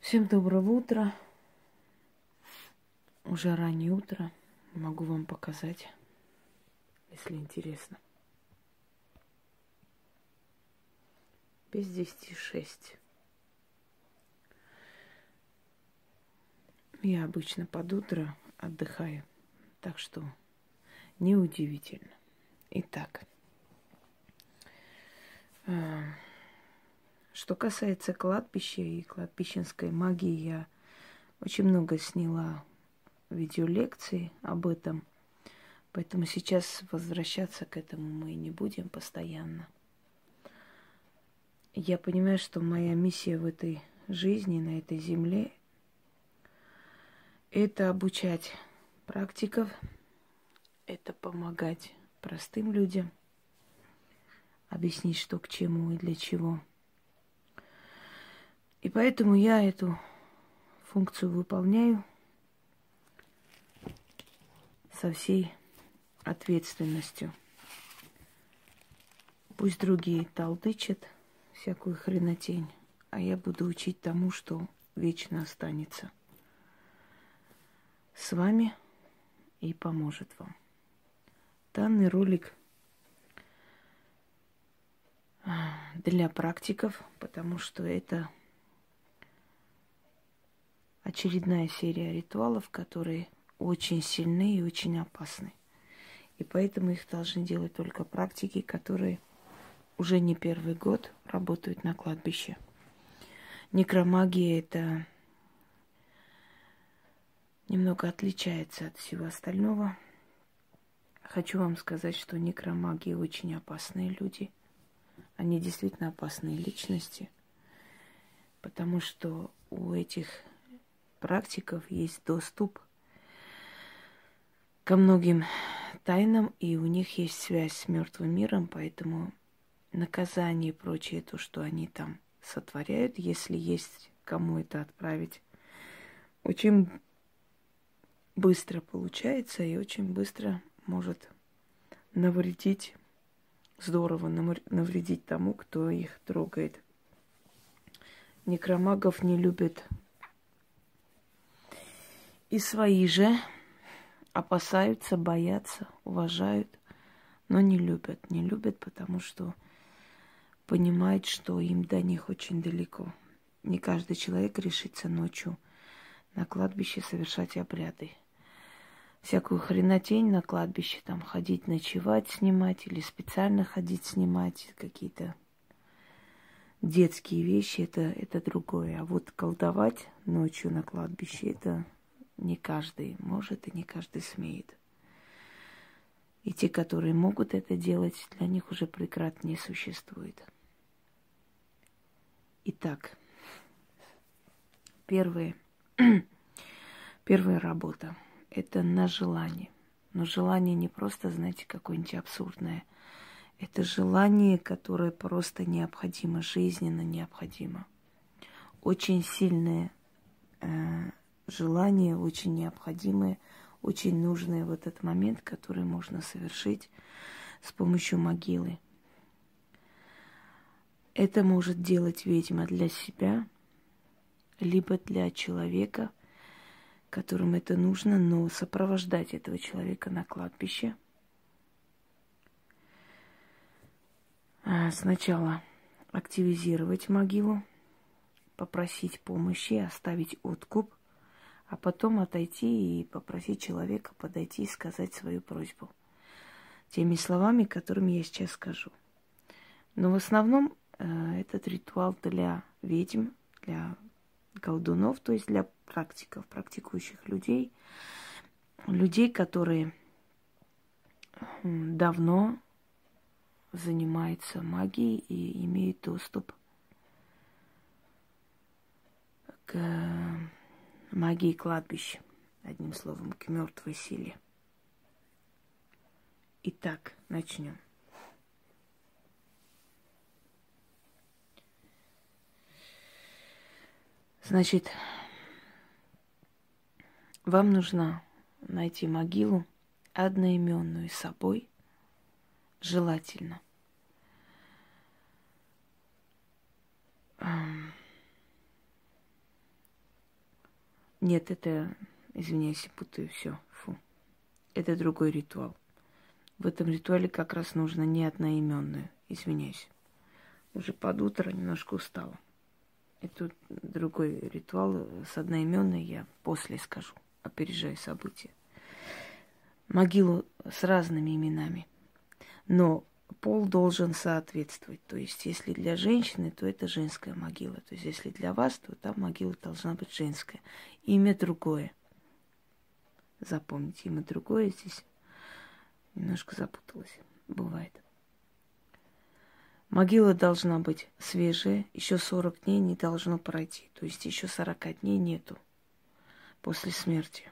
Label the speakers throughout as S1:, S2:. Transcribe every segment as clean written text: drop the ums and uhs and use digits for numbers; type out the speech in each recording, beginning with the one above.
S1: Всем доброго утра. Уже раннее утро. Могу вам показать, если интересно. Без 10:06. Я обычно под утро отдыхаю, так что неудивительно. Итак, что касается кладбища и кладбищенской магии, я очень много сняла видеолекций об этом, поэтому сейчас возвращаться к этому мы не будем постоянно. Я понимаю, что моя миссия в этой жизни, на этой земле, это обучать практиков, это помогать простым людям, объяснить, что к чему и для чего. И поэтому я эту функцию выполняю со всей ответственностью. Пусть другие толдычат всякую хренотень, а я буду учить тому, что вечно останется с вами и поможет вам. Данный ролик для практиков, потому что это очередная серия ритуалов, которые очень сильны и очень опасны. И поэтому их должны делать только практики, которые уже не первый год работают на кладбище. Некромагия это немного отличается от всего остального. Хочу вам сказать, что некромаги очень опасные люди. Они действительно опасные личности, потому что у этих практиков есть доступ ко многим тайнам, и у них есть связь с мертвым миром, поэтому наказание и прочее, то, что они там сотворяют, если есть кому это отправить, очень быстро получается и очень быстро может навредить, здорово навредить тому, кто их трогает. Некромагов не любят и свои же, опасаются, боятся, уважают, но не любят. Не любят, потому что понимают, что им до них очень далеко. Не каждый человек решится ночью на кладбище совершать обряды. Всякую хренотень на кладбище, там ходить, ночевать, снимать, или специально ходить, снимать какие-то детские вещи, это другое. А вот колдовать ночью на кладбище, это не каждый может и не каждый смеет. И те, которые могут это делать, для них уже преград не существует. Итак, первая работа – это на желание. Но желание не просто, знаете, какое-нибудь абсурдное. Это желание, которое просто необходимо, жизненно необходимо. Очень сильное желание, очень необходимое, очень нужное в этот момент, который можно совершить с помощью могилы. Это может делать ведьма для себя, либо для человека, которому это нужно, но сопровождать этого человека на кладбище. Сначала активизировать могилу, попросить помощи, оставить откуп, а потом отойти и попросить человека подойти и сказать свою просьбу теми словами, которыми я сейчас скажу. Но в основном этот ритуал для ведьм, для колдунов, то есть для практиков, практикующих людей, которые давно занимаются магией и имеют доступ к магии кладбища, одним словом, к мертвой силе. Итак, начнем. Значит, вам нужно найти могилу одноименную с собой, желательно. Нет, это, извиняюсь, путаю все. Фу. Это другой ритуал. В этом ритуале как раз нужно не одноименное. Извиняюсь. Уже под утро немножко устала. Это другой ритуал с одноименной я после скажу, опережая события. Могилу с разными именами. Но пол должен соответствовать. То есть, если для женщины, то это женская могила. То есть, если для вас, то там могила должна быть женская. Имя другое. Запомните, имя другое здесь. Немножко запуталась. Бывает. Могила должна быть свежая. Еще 40 дней не должно пройти. То есть, еще 40 дней нету после смерти.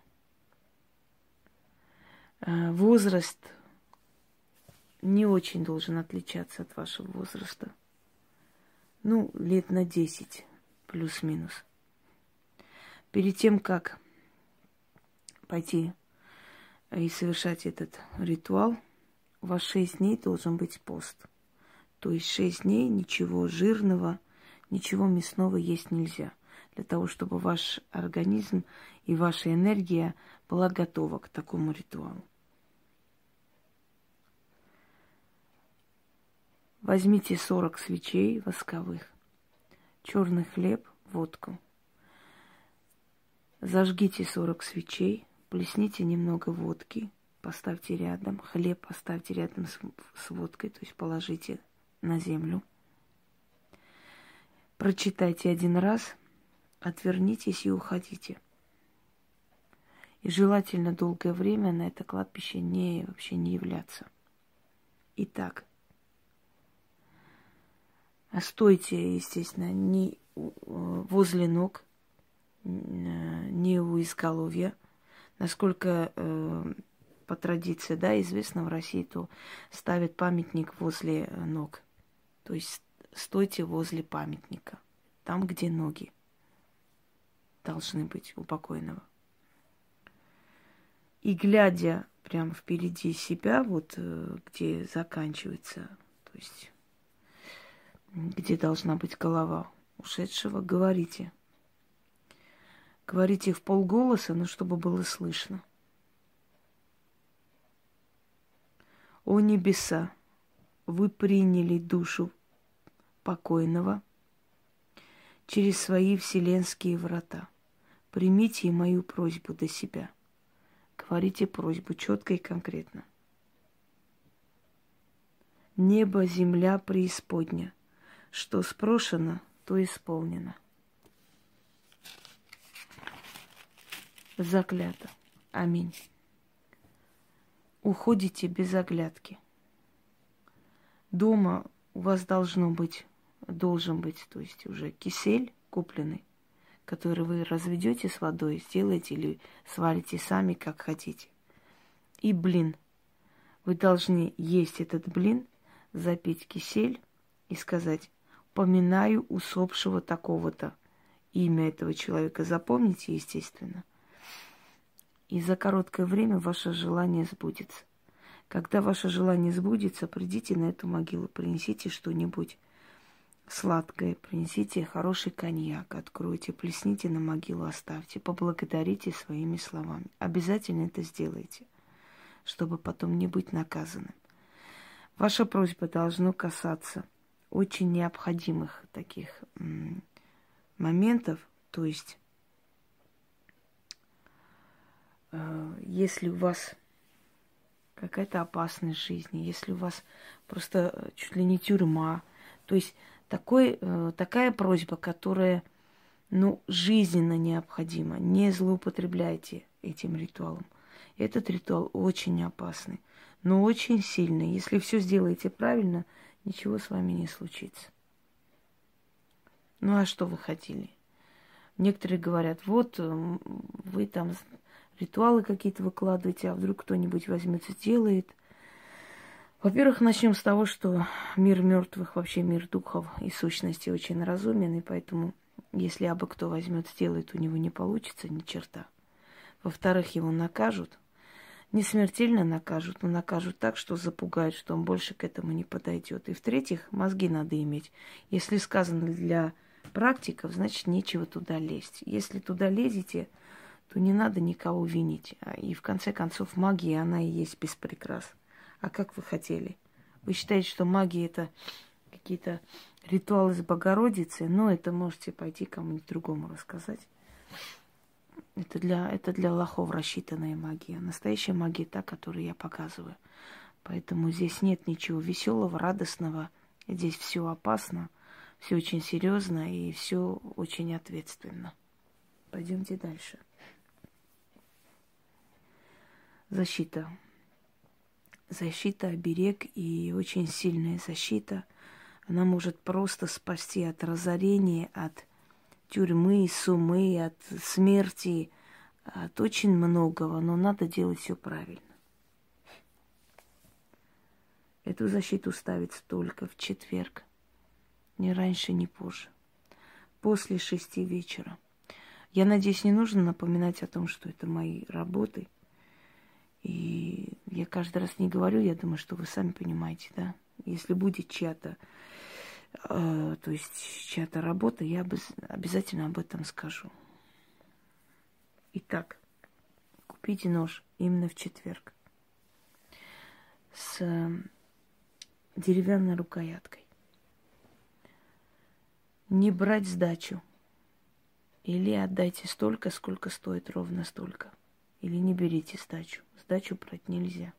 S1: Возраст не очень должен отличаться от вашего возраста. Ну, лет на 10, плюс-минус. Перед тем, как пойти и совершать этот ритуал, у вас 6 дней должен быть пост. То есть 6 дней ничего жирного, ничего мясного есть нельзя. Для того, чтобы ваш организм и ваша энергия была готова к такому ритуалу. Возьмите 40 свечей восковых, черный хлеб, водку. Зажгите 40 свечей, плесните немного водки, поставьте рядом, хлеб поставьте рядом с водкой, то есть положите на землю. Прочитайте 1 раз, отвернитесь и уходите. И желательно долгое время на это кладбище вообще не являться. Итак, стойте, естественно, не возле ног, не у изголовья. Насколько по традиции, да, известно в России, то ставят памятник возле ног. То есть стойте возле памятника, там, где ноги должны быть у покойного. И глядя прямо впереди себя, вот где заканчивается, то есть где должна быть голова ушедшего, говорите. Говорите вполголоса, но чтобы было слышно. О небеса, вы приняли душу покойного через свои вселенские врата. Примите и мою просьбу до себя. Говорите просьбу четко и конкретно. Небо, земля, преисподня. Что спрошено, то исполнено. Заклято. Аминь. Уходите без оглядки. Дома у вас должен быть, то есть уже кисель купленный, который вы разведете с водой, сделаете или сварите сами, как хотите. И блин. Вы должны есть этот блин, запить кисель и сказать: поминаю усопшего такого-то. Имя этого человека запомните, естественно. И за короткое время ваше желание сбудется. Когда ваше желание сбудется, придите на эту могилу, принесите что-нибудь сладкое, принесите хороший коньяк, откройте, плесните на могилу, оставьте, поблагодарите своими словами. Обязательно это сделайте, чтобы потом не быть наказанным. Ваша просьба должна касаться очень необходимых таких моментов, то есть если у вас какая-то опасность в жизни, если у вас просто чуть ли не тюрьма, то есть такая просьба, которая, жизненно необходима. Не злоупотребляйте этим ритуалом. Этот ритуал очень опасный, но очень сильный. Если все сделаете правильно, ничего с вами не случится. Ну а что вы хотели? Некоторые говорят: вот вы там ритуалы какие-то выкладываете, а вдруг кто-нибудь возьмет и сделает. Во-первых, начнем с того, что мир мертвых, вообще мир духов и сущности очень разумен, и поэтому, если абы кто возьмет, сделает, у него не получится ни черта. Во-вторых, его накажут. Не смертельно накажут, но накажут так, что запугают, что он больше к этому не подойдет. И в-третьих, мозги надо иметь. Если сказано для практиков, значит, нечего туда лезть. Если туда лезете, то не надо никого винить. И в конце концов магия, она и есть без прикрас. А как вы хотели? Вы считаете, что магия это какие-то ритуалы с Богородицей? Но это можете пойти кому-нибудь другому рассказать. Это для лохов рассчитанная магия. Настоящая магия та, которую я показываю. Поэтому здесь нет ничего веселого, радостного. Здесь все опасно, все очень серьезно и все очень ответственно. Пойдемте дальше. Защита. Защита, оберег и очень сильная защита. Она может просто спасти от разорения, от тюрьмы, сумы, от смерти, от очень многого. Но надо делать все правильно. Эту защиту ставится только в четверг. Ни раньше, ни позже. После 6 вечера. Я надеюсь, не нужно напоминать о том, что это мои работы. И я каждый раз не говорю, я думаю, что вы сами понимаете, да? Если будет чья-то, то есть чья-то работа, я обязательно об этом скажу. Итак, купите нож именно в четверг с деревянной рукояткой. Не брать сдачу. Или отдайте столько, сколько стоит, ровно столько. Или не берите сдачу. Сдачу брать нельзя.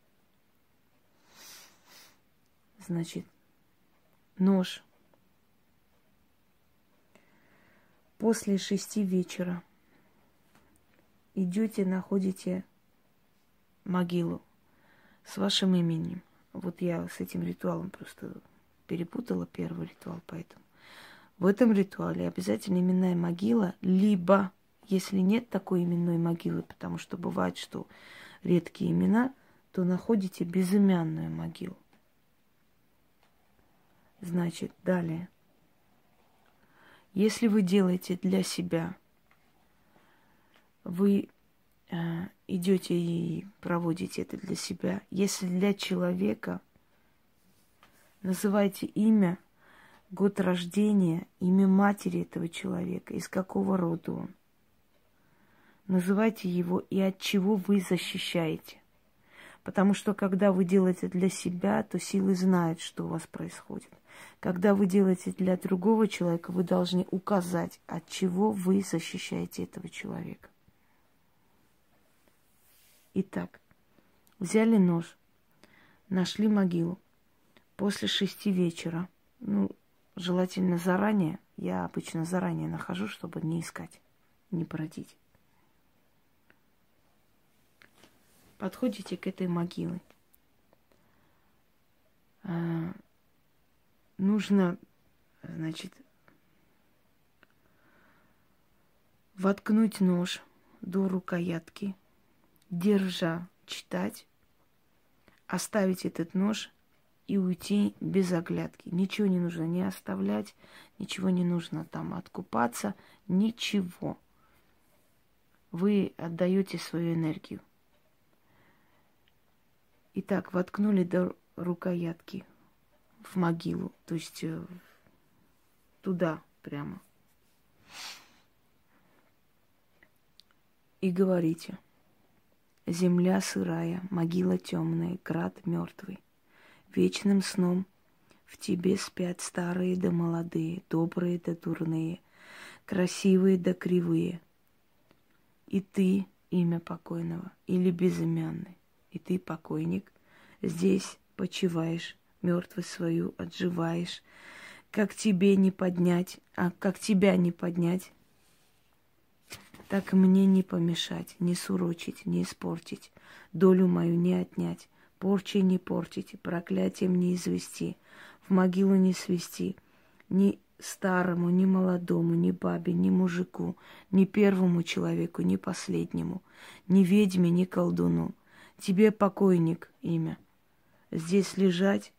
S1: Значит, нож. После 6 вечера идете, находите могилу с вашим именем. Вот я с этим ритуалом просто перепутала первый ритуал, поэтому. В этом ритуале обязательно именная могила, либо, если нет такой именной могилы, потому что бывает, что редкие имена, то находите безымянную могилу. Значит, далее. Если вы делаете для себя, вы идете и проводите это для себя. Если для человека, называйте имя, год рождения, имя матери этого человека, из какого рода он. Называйте его и от чего вы защищаете. Потому что когда вы делаете для себя, то силы знают, что у вас происходит. Когда вы делаете для другого человека, вы должны указать, от чего вы защищаете этого человека. Итак, взяли нож, нашли могилу. После 6 вечера, желательно заранее, я обычно заранее нахожу, чтобы не искать, не бродить. Подходите к этой могиле. Нужно, значит, воткнуть нож до рукоятки, держа, читать, оставить этот нож и уйти без оглядки. Ничего не нужно не оставлять, ничего не нужно там откупаться, ничего. Вы отдаете свою энергию. Итак, воткнули до рукоятки в могилу, то есть туда прямо. И говорите: земля сырая, могила темная, град мертвый. Вечным сном в тебе спят старые да молодые, добрые да дурные, красивые да кривые. И ты, имя покойного, или безымянный, и ты, покойник, здесь почиваешь, мертвость свою отживаешь. Как тебе не поднять, как тебя не поднять, так мне не помешать, не сурочить, не испортить, долю мою не отнять, порчей не портить, проклятием не извести, в могилу не свести, ни старому, ни молодому, ни бабе, ни мужику, ни первому человеку, ни последнему, ни ведьме, ни колдуну. Тебе, покойник, имя, здесь лежать,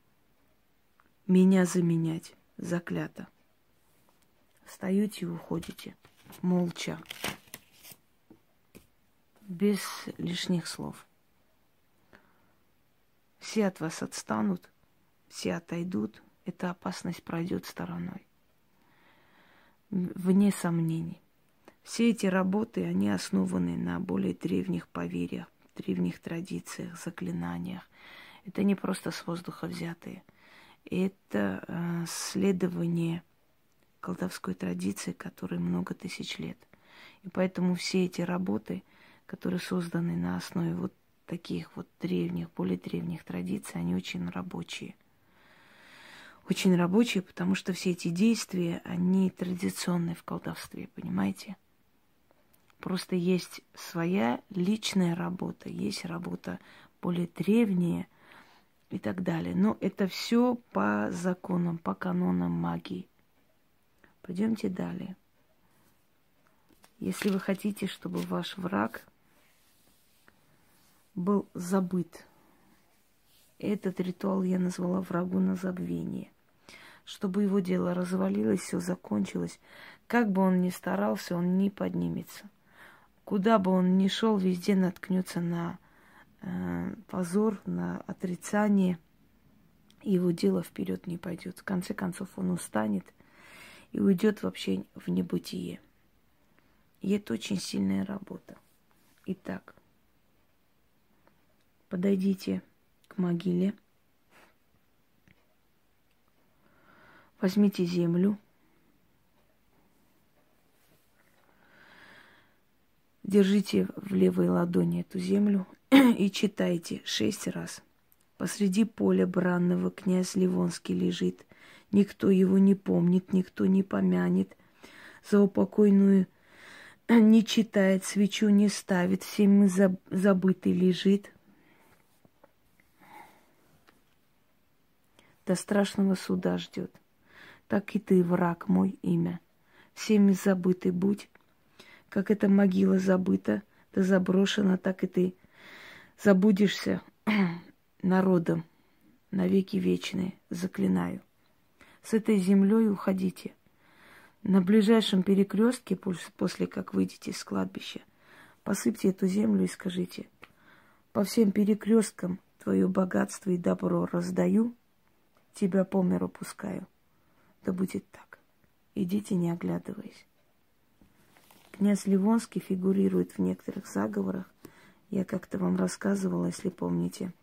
S1: меня заменять, заклято. Встаете и уходите, молча, без лишних слов. Все от вас отстанут, все отойдут, эта опасность пройдет стороной. Вне сомнений. Все эти работы, они основаны на более древних поверьях, древних традициях, заклинаниях. Это не просто с воздуха взятые. Это следование колдовской традиции, которой много тысяч лет. И поэтому все эти работы, которые созданы на основе вот таких вот древних, более древних традиций, они очень рабочие. Очень рабочие, потому что все эти действия, они традиционные в колдовстве, понимаете? Просто есть своя личная работа, есть работа более древняя и так далее. Но это все по законам, по канонам магии. Пойдемте далее. Если вы хотите, чтобы ваш враг был забыт, этот ритуал я назвала врагу на забвение. Чтобы его дело развалилось, все закончилось. Как бы он ни старался, он не поднимется. Куда бы он ни шел, везде наткнется на позор, на отрицание. И его дело вперед не пойдет. В конце концов, он устанет и уйдет вообще в небытие. И это очень сильная работа. Итак, подойдите к могиле. Возьмите землю. Держите в левой ладони эту землю и читайте 6 раз. Посреди поля бранного князь Ливонский лежит. Никто его не помнит, никто не помянет. За упокойную не читает, свечу не ставит, всеми забытый лежит. До страшного суда ждет. Так и ты, враг мой, имя. Всеми забытый будь. Как эта могила забыта, да заброшена, так и ты забудешься народом навеки вечные, заклинаю. С этой землей уходите. На ближайшем перекрестке, после как выйдете из кладбища, посыпьте эту землю и скажите: по всем перекресткам твое богатство и добро раздаю, тебя по миру пускаю. Да будет так. Идите, не оглядываясь. Князь Ливонский фигурирует в некоторых заговорах. Я как-то вам рассказывала, если помните,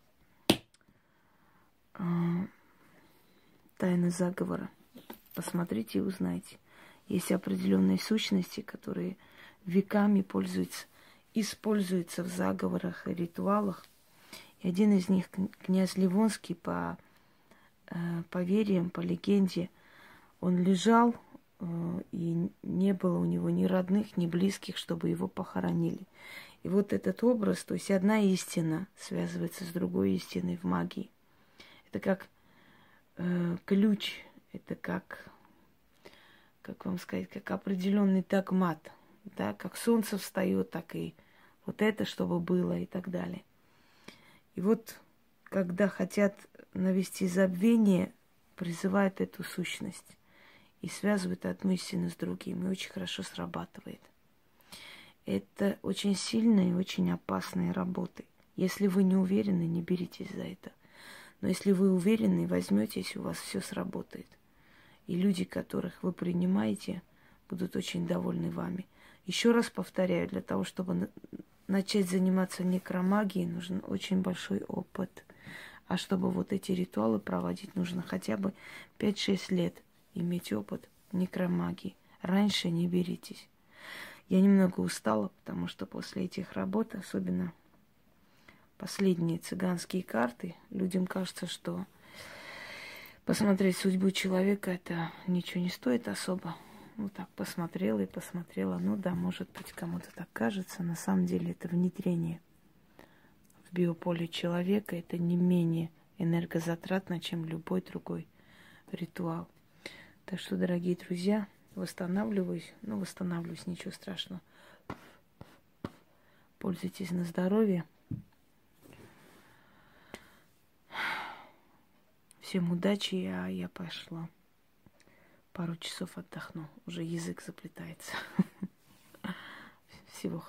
S1: тайны заговора. Посмотрите и узнайте. Есть определенные сущности, которые веками используются в заговорах и ритуалах. И один из них, князь Ливонский, по поверьям, по легенде, он лежал, и не было у него ни родных, ни близких, чтобы его похоронили. И вот этот образ, то есть одна истина связывается с другой истиной в магии. Это как ключ, это как вам сказать, как определенный догмат. Да? Как солнце встает, так и вот это, чтобы было, и так далее. И вот, когда хотят навести забвение, призывают эту сущность и связывают одну истину с другим, и очень хорошо срабатывает. Это очень сильные и очень опасные работы. Если вы не уверены, не беритесь за это. Но если вы уверены, возьметесь, у вас все сработает. И люди, которых вы принимаете, будут очень довольны вами. Еще раз повторяю, для того, чтобы начать заниматься некромагией, нужен очень большой опыт. А чтобы вот эти ритуалы проводить, нужно хотя бы 5-6 лет иметь опыт некромагии. Раньше не беритесь. Я немного устала, потому что после этих работ, особенно последние цыганские карты, людям кажется, что посмотреть судьбу человека это ничего не стоит особо. Вот так посмотрела и посмотрела. Ну да, может быть, кому-то так кажется. На самом деле это внедрение в биополе человека. Это не менее энергозатратно, чем любой другой ритуал. Так что, дорогие друзья, восстанавливаюсь. Восстанавливаюсь, ничего страшного. Пользуйтесь на здоровье. Всем удачи, а я пошла. Пару часов отдохну. Уже язык заплетается. Всего хорошего.